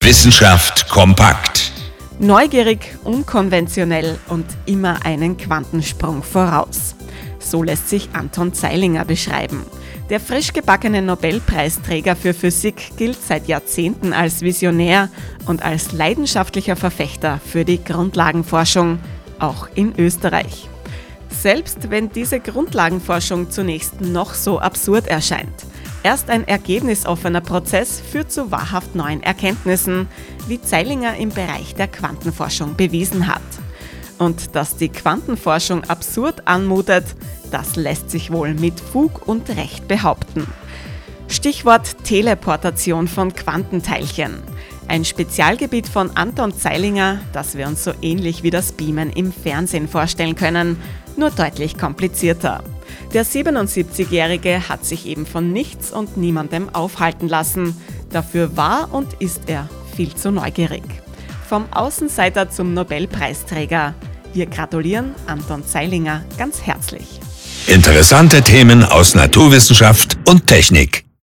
Wissenschaft kompakt. Neugierig, unkonventionell und immer einen Quantensprung voraus. So lässt sich Anton Zeilinger beschreiben. Der frisch gebackene Nobelpreisträger für Physik gilt seit Jahrzehnten als Visionär und als leidenschaftlicher Verfechter für die Grundlagenforschung, auch in Österreich. Selbst wenn diese Grundlagenforschung zunächst noch so absurd erscheint. Erst ein ergebnisoffener Prozess führt zu wahrhaft neuen Erkenntnissen, wie Zeilinger im Bereich der Quantenforschung bewiesen hat. Und dass die Quantenforschung absurd anmutet, das lässt sich wohl mit Fug und Recht behaupten. Stichwort Teleportation von Quantenteilchen. Ein Spezialgebiet von Anton Zeilinger, das wir uns so ähnlich wie das Beamen im Fernsehen vorstellen können, nur deutlich komplizierter. Der 77-Jährige hat sich eben von nichts und niemandem aufhalten lassen. Dafür war und ist er viel zu neugierig. Vom Außenseiter zum Nobelpreisträger. Wir gratulieren Anton Zeilinger ganz herzlich. Interessante Themen aus Naturwissenschaft und Technik.